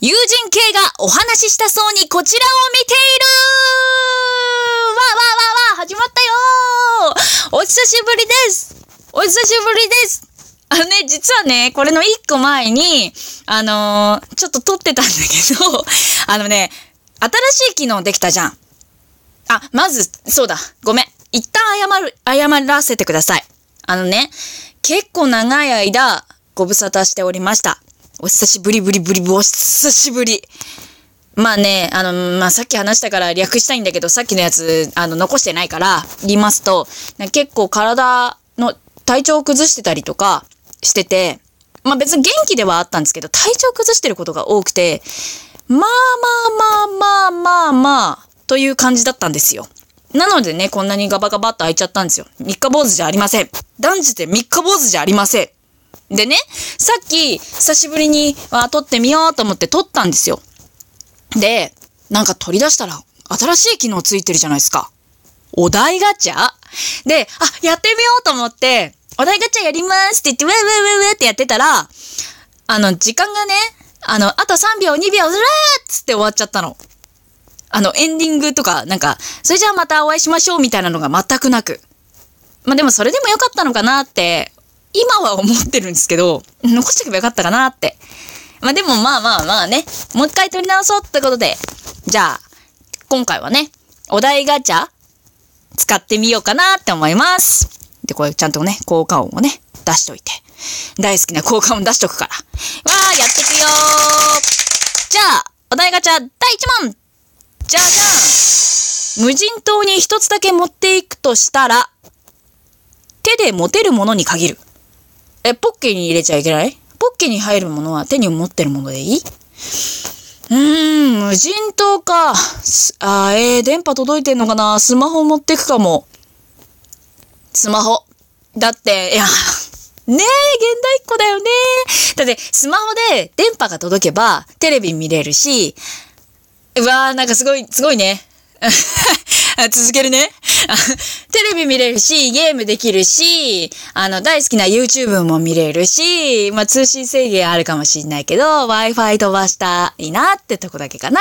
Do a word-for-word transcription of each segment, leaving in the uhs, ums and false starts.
友人系がお話ししたそうにこちらを見ているわーわーわーわー始まったよーお久しぶりですお久しぶりですあのね、実はね、これの一個前に、あのー、ちょっと撮ってたんだけど、あのね、新しい機能できたじゃん。あ、まず、そうだ、ごめん。一旦謝る、謝らせてください。あのね、結構長い間、ご無沙汰しておりました。お久しぶりぶりぶりぶお久しぶり。まあね、あの、まあ、さっき話したから略したいんだけど、さっきのやつ、あの、残してないから、言いますと、結構体の体調を崩してたりとかしてて、まあ別に元気ではあったんですけど、体調崩してることが多くて、まあまあまあまあまあまあ、という感じだったんですよ。なのでね、こんなにガバガバっと開いちゃったんですよ。三日坊主じゃありません。断じて三日坊主じゃありません。でね、さっき、久しぶりに、あ、撮ってみようと思って撮ったんですよ。で、なんか取り出したら、新しい機能ついてるじゃないですか。お題ガチャで、あ、やってみようと思って、お題ガチャやりますって言って、ウェウェウェウェってやってたら、あの、時間がね、あの、あとさんびょう、にびょう、ずらーっつって終わっちゃったの。あの、エンディングとか、なんか、それじゃあまたお会いしましょうみたいなのが全くなく。まあ、でもそれでもよかったのかなって、今は思ってるんですけど、残しておけばよかったかなって。まあ、でもまあまあまあね、もう一回撮り直そうってことで、じゃあ、今回はね、お題ガチャ使ってみようかなって思います。で、これちゃんとね、効果音をね、出しといて。大好きな効果音出しとくから。わー、やってくよー。じゃあ、お題ガチャだいいち問。じゃじゃん。無人島に一つだけ持っていくとしたら、手で持てるものに限る。え、ポッケに入れちゃいけない？ポッケに入るものは手に持ってるものでいい？うーん、無人島か。あー、えー、電波届いてんのかな？スマホ持ってくかも。スマホ。だって、いや、ねえ、現代っ子だよね。だって、スマホで電波が届けば、テレビ見れるし、うわー、なんかすごい、すごいね。続けるね。テレビ見れるし、ゲームできるし、あの、大好きな YouTube も見れるし、まあ、通信制限あるかもしんないけど、Wi-Fi 飛ばしたいなってとこだけかな。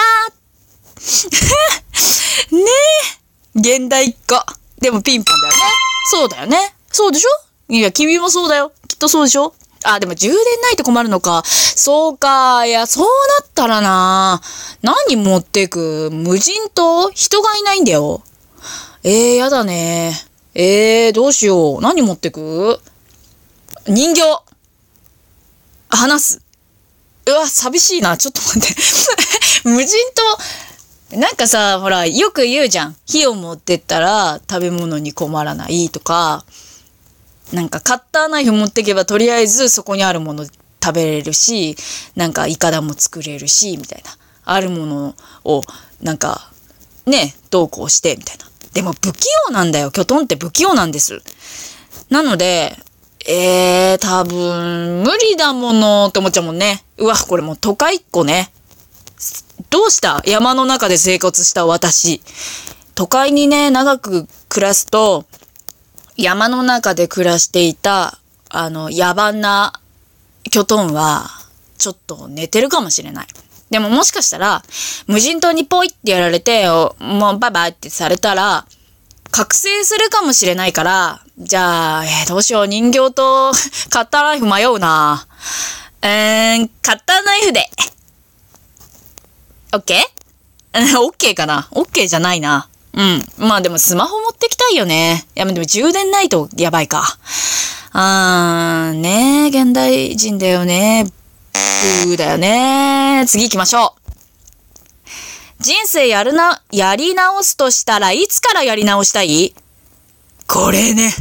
ねえ。現代っ子。でもピンポンだよね。そうだよね。そうでしょ？いや、君もそうだよ。きっとそうでしょ？あ、でも充電ないと困るのか。そうか。いや、そうなったらな。何持ってく？無人島？人がいないんだよ。えー、やだね。えー、どうしよう。何持ってく？人形。話す。うわ、寂しいな。ちょっと待って。無人島、なんかさ、ほら、よく言うじゃん。火を持ってったら食べ物に困らないとか、なんかカッターナイフ持ってけばとりあえずそこにあるもの食べれるし、なんかイカダも作れるし、みたいな。あるものを、なんか、ね、どうこうして、みたいな。でも不器用なんだよ。キョトンって不器用なんです。なので、えー、多分、無理だものって思っちゃうもんね。うわ、これもう都会っ子ね。どうした？山の中で生活した私。都会にね、長く暮らすと、山の中で暮らしていた、あの、野蛮なキョトンは、ちょっと寝てるかもしれない。でももしかしたら、無人島にポイってやられて、もうバイバイってされたら、覚醒するかもしれないから、じゃあ、えー、どうしよう、人形とカッターナイフ迷うな。えー、カッターナイフで。オッケー？オッケーかな？オッケーじゃないな。うん。まあでもスマホ持ってきたいよね。いや、でも充電ないとやばいか。あー、ねえ、現代人だよね。ブーだよね。次行きましょう。人生やるな、やり直すとしたらいつからやり直したい？これね。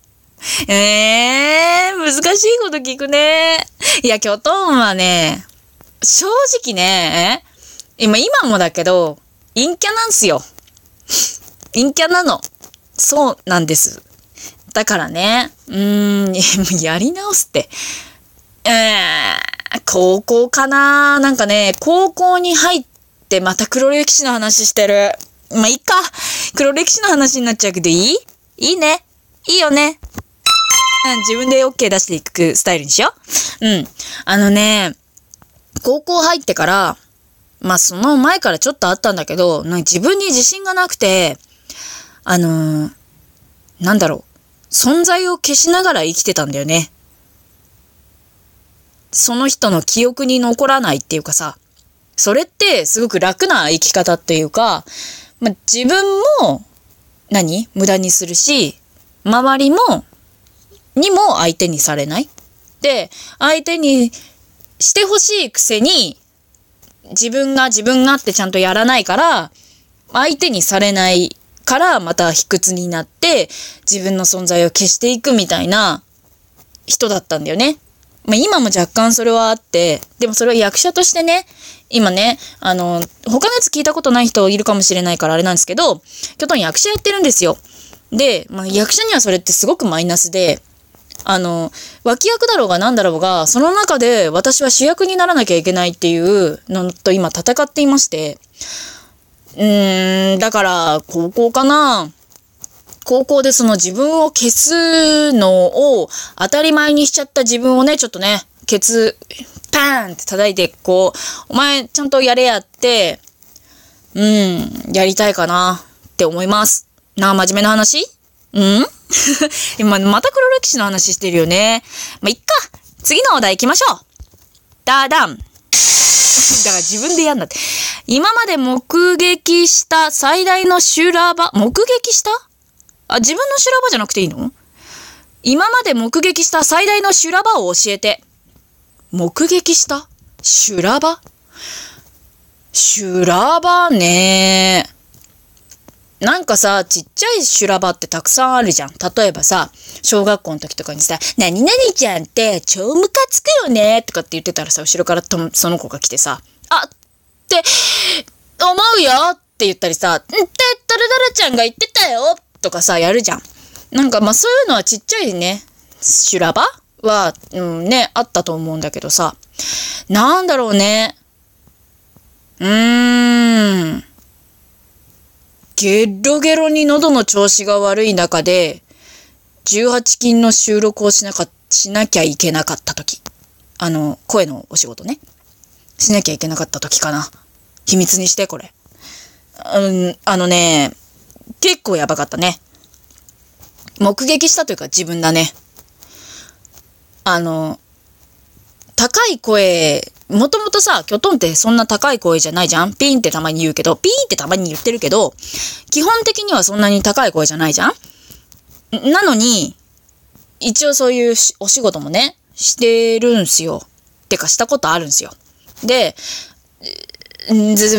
えー、難しいこと聞くね。いや、キョトンはね、正直ね、今、今もだけど、陰キャなんすよ。陰キャなの。そうなんです。だからね、うーん、やり直すって。えー、高校かな？なんかね、高校に入ってまた黒歴史の話してる。まあ、いいか。黒歴史の話になっちゃうけど、いい？いいね。いいよね。うん、自分で OK 出していくスタイルにしよう。うん。あのね、高校入ってから、 まあその前からちょっとあったんだけど、なんか自分に自信がなくて、あのー、なんだろう、存在を消しながら生きてたんだよね。その人の記憶に残らないっていうかさ、それってすごく楽な生き方っていうか、まあ、自分も何無駄にするし、周りもにも相手にされない。で、相手にしてほしいくせに自分が自分がってちゃんとやらないから、相手にされないからまた卑屈になって自分の存在を消していくみたいな人だったんだよね。まあ今も若干それはあって、でもそれは役者としてね、今ね、あの、他のやつ聞いたことない人いるかもしれないからあれなんですけど、キョトン役者やってるんですよ。で、まあ役者にはそれってすごくマイナスで、あの、脇役だろうが何だろうが、その中で私は主役にならなきゃいけないっていうのと今戦っていまして、うーん、だから、高校かな。高校でその自分を消すのを当たり前にしちゃった自分をね、ちょっとね、ケツ、パーンって叩いて、こう、お前ちゃんとやれやって、うん、やりたいかなって思います。なあ、真面目な話？うん今、また黒歴史の話してるよね。まあ、いっか。次のお題行きましょう。ダダン。だから自分でやんなって。今まで目撃した最大の修羅場、目撃したあ、自分の修羅場じゃなくていいの？今まで目撃した最大の修羅場を教えて。目撃した修羅場？修羅場ねー。なんかさ、ちっちゃい修羅場ってたくさんあるじゃん。例えばさ、小学校の時とかにさ、何々ちゃんって超ムカつくよねとかって言ってたらさ、後ろからとその子が来てさ、あって思うよって言ったりさ、んって誰々ちゃんが言ってたよとかさ、やるじゃん。なんかまあそういうのはちっちゃいね、修羅場は、うんね、あったと思うんだけどさ、なんだろうね。うーん。ゲロゲロに喉の調子が悪い中で、じゅうはちきんの収録をしなか、しなきゃいけなかった時。あの、声のお仕事ね。しなきゃいけなかった時かな。秘密にして、これ。うん、あのね、結構やばかったね。目撃したというか自分だね。あの、高い声、もともとさ、キョトンってそんな高い声じゃないじゃん？ピーンってたまに言うけど、ピーンってたまに言ってるけど、基本的にはそんなに高い声じゃないじゃん？なのに、一応そういうお仕事もね、してるんすよ。てかしたことあるんすよ。で、ただ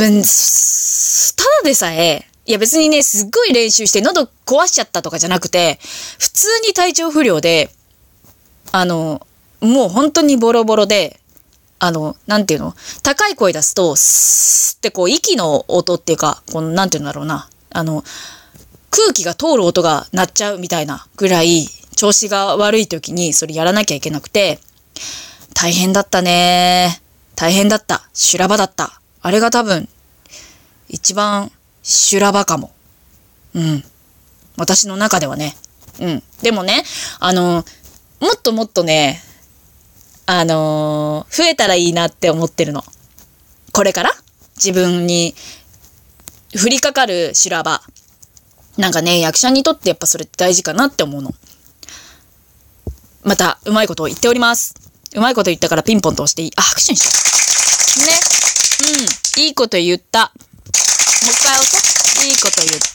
でさえ、いや別にね、すっごい練習して喉壊しちゃったとかじゃなくて、普通に体調不良で、あの、もう本当にボロボロで、あの、なんていうの？高い声出すと、スーってこう息の音っていうか、このなんていうんだろうな。あの、空気が通る音が鳴っちゃうみたいなぐらい、調子が悪い時にそれやらなきゃいけなくて、大変だったね。大変だった。修羅場だった。あれが多分、一番修羅場かも。うん。私の中ではね。うん。でもね、あの、もっともっとね、あのー、増えたらいいなって思ってるの。これから自分に降りかかる修羅場。なんかね、役者にとってやっぱそれ大事かなって思うの。また、うまいことを言っております。うまいこと言ったからピンポンと押していい？あ、拍手にした。ね。うん。いいこと言った。もう一回押そう。いいこと言った。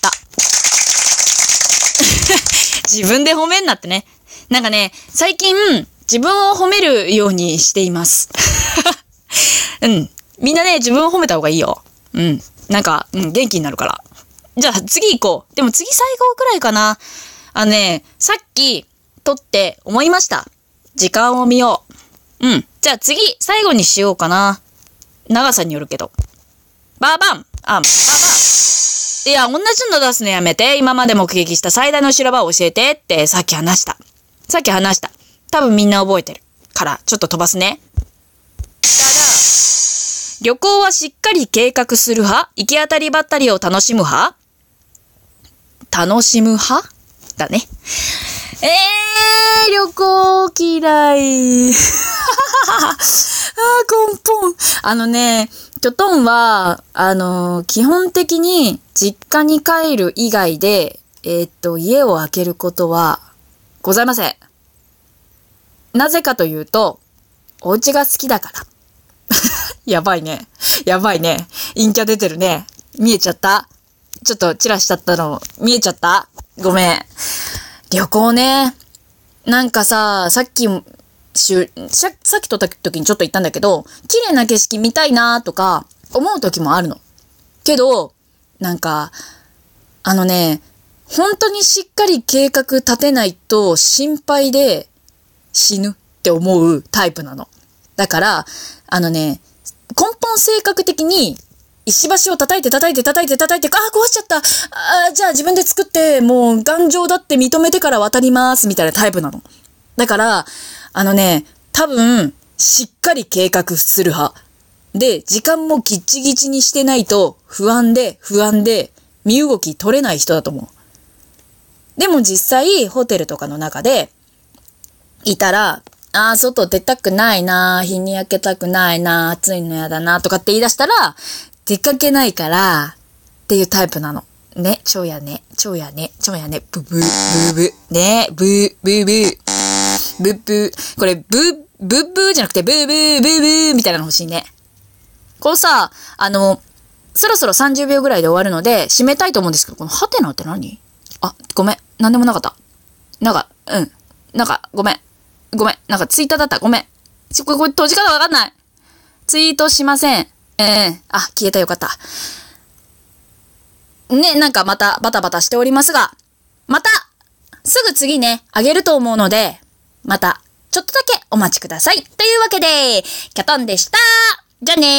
自分で褒めんなってね。なんかね、最近、自分を褒めるようにしています。うん。みんなね、自分を褒めた方がいいよ。うん。なんか、うん、元気になるから。じゃあ次行こう。でも次最後くらいかな。あのね、さっき撮って思いました。時間を見よう。うん。じゃあ次、最後にしようかな。長さによるけど。バーバン。あ、バーバン。いや、同じの出すのやめて。今まで目撃した最大の修羅場を教えてってさっき話した。さっき話した。多分みんな覚えてる。から、ちょっと飛ばすね。旅行はしっかり計画する派？行き当たりばったりを楽しむ派？楽しむ派？だね。えー、旅行嫌い。 あ、根本。あのね、キョトンは、あのー、基本的に実家に帰る以外で、えー、っと、家を空けることはございません。なぜかというと、お家が好きだから。やばいね。やばいね。陰キャ出てるね。見えちゃった？ちょっとチラしちゃったの見えちゃった？ごめん。旅行ね。なんかさ、さっき、しゅ、さっき撮った時にちょっと言ったんだけど、綺麗な景色見たいなとか思う時もあるの。けど、なんか、あのね、本当にしっかり計画立てないと心配で死ぬって思うタイプなの。だから、あのね、根本性格的に石橋を叩いて叩いて叩いて叩いて、ああ、壊しちゃった。ああ、じゃあ自分で作って、もう頑丈だって認めてから渡ります、みたいなタイプなの。だから、あのね、多分、しっかり計画する派。で、時間もギッチギチにしてないと、不安で、不安で、身動き取れない人だと思う。でも実際、ホテルとかの中で、いたら、ああ、外出たくないな、日に焼けたくないな、暑いのやだな、とかって言い出したら、出かけないから、っていうタイプなの。ね、超やね、超やね、超やね、ブブー、ブーブー、ね、ブー、ブーブー、ブーブー。これ、ブー、ブーブーじゃなくて、ブーブー、ブーブーみたいなの欲しいね。こうさ、あの、そろそろさんじゅうびょうぐらいで終わるので、締めたいと思うんですけど、このハテナって何？あ、ごめん。なんでもなかった。なんか、うん。なんか、ごめん。ごめん。なんかツイッターだった。ごめん。ちょ、これ、これ、閉じ方わかんない。ツイートしません。ええー、あ、消えたよかった。ね、なんかまたバタバタしておりますが、また、すぐ次ね、あげると思うので、また、ちょっとだけお待ちください。というわけで、キャトンでした。じゃあねー。